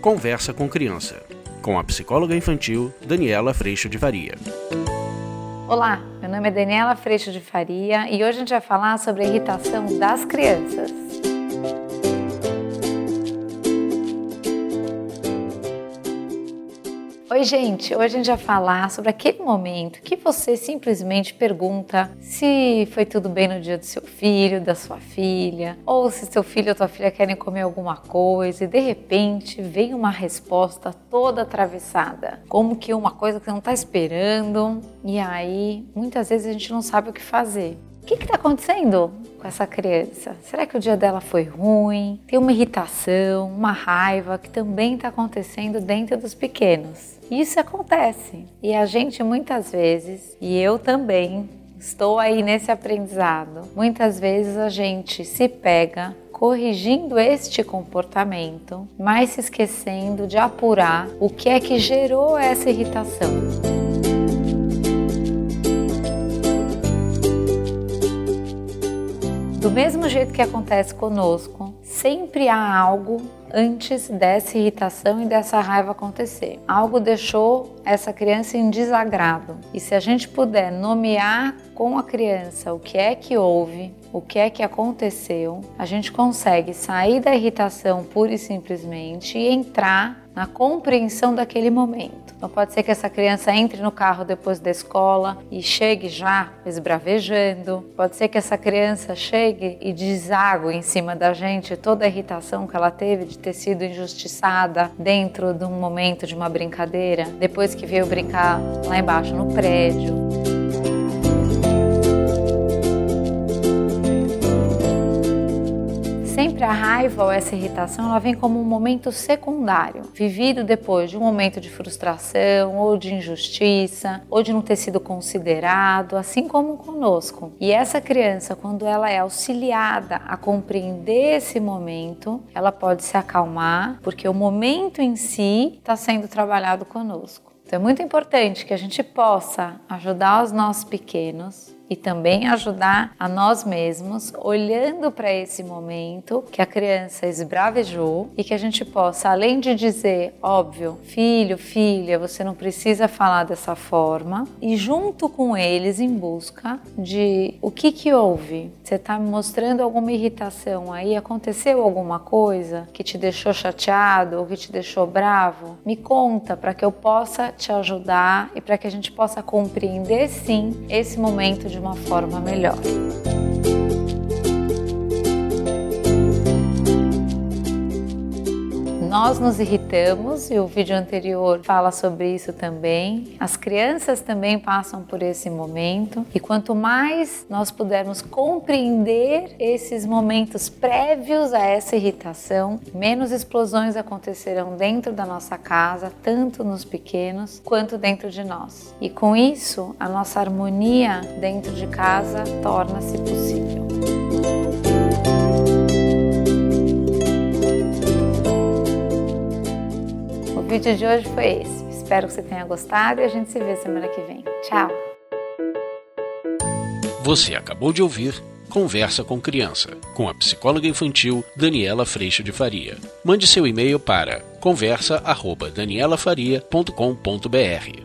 Conversa com Criança, com a psicóloga infantil Daniela Freixo de Faria. Olá, meu nome é Daniela Freixo de Faria e hoje a gente vai falar sobre a irritação das crianças. Oi gente, hoje a gente vai falar sobre aquele momento que você simplesmente pergunta se foi tudo bem no dia do seu filho, da sua filha, ou se seu filho ou tua filha querem comer alguma coisa e de repente vem uma resposta toda atravessada, como que uma coisa que você não está esperando, e aí muitas vezes a gente não sabe o que fazer. O que está acontecendo com essa criança? Será que o dia dela foi ruim? Tem uma irritação, uma raiva que também está acontecendo dentro dos pequenos. Isso acontece. E a gente muitas vezes, e eu também, estou aí nesse aprendizado, muitas vezes a gente se pega corrigindo este comportamento, mas se esquecendo de apurar o que é que gerou essa irritação. Do mesmo jeito que acontece conosco, sempre há algo antes dessa irritação e dessa raiva acontecer. Algo deixou essa criança em desagrado. E se a gente puder nomear com a criança o que é que houve, o que é que aconteceu, a gente consegue sair da irritação pura e simplesmente e entrar na compreensão daquele momento. Então pode ser que essa criança entre no carro depois da escola e chegue já esbravejando. Pode ser que essa criança chegue e desague em cima da gente toda a irritação que ela teve de ter sido injustiçada dentro de um momento de uma brincadeira, depois que veio brincar lá embaixo no prédio. Sempre a raiva ou essa irritação, ela vem como um momento secundário, vivido depois de um momento de frustração ou de injustiça, ou de não ter sido considerado, assim como conosco. E essa criança, quando ela é auxiliada a compreender esse momento, ela pode se acalmar, porque o momento em si está sendo trabalhado conosco. Então é muito importante que a gente possa ajudar os nossos pequenos e também ajudar a nós mesmos, olhando para esse momento que a criança esbravejou e que a gente possa, além de dizer, óbvio, filho, filha, você não precisa falar dessa forma, e junto com eles em busca de o que houve. Você está me mostrando alguma irritação aí? Aconteceu alguma coisa que te deixou chateado ou que te deixou bravo? Me conta para que eu possa te ajudar e para que a gente possa compreender sim esse momento de uma forma melhor. Nós nos irritamos e o vídeo anterior fala sobre isso também. As crianças também passam por esse momento e quanto mais nós pudermos compreender esses momentos prévios a essa irritação, menos explosões acontecerão dentro da nossa casa, tanto nos pequenos quanto dentro de nós. E com isso, a nossa harmonia dentro de casa torna-se possível. O vídeo de hoje foi esse. Espero que você tenha gostado e a gente se vê semana que vem. Tchau! Você acabou de ouvir Conversa com Criança, com a psicóloga infantil Daniela Freixo de Faria. Mande seu e-mail para conversa@danielafaria.com.br.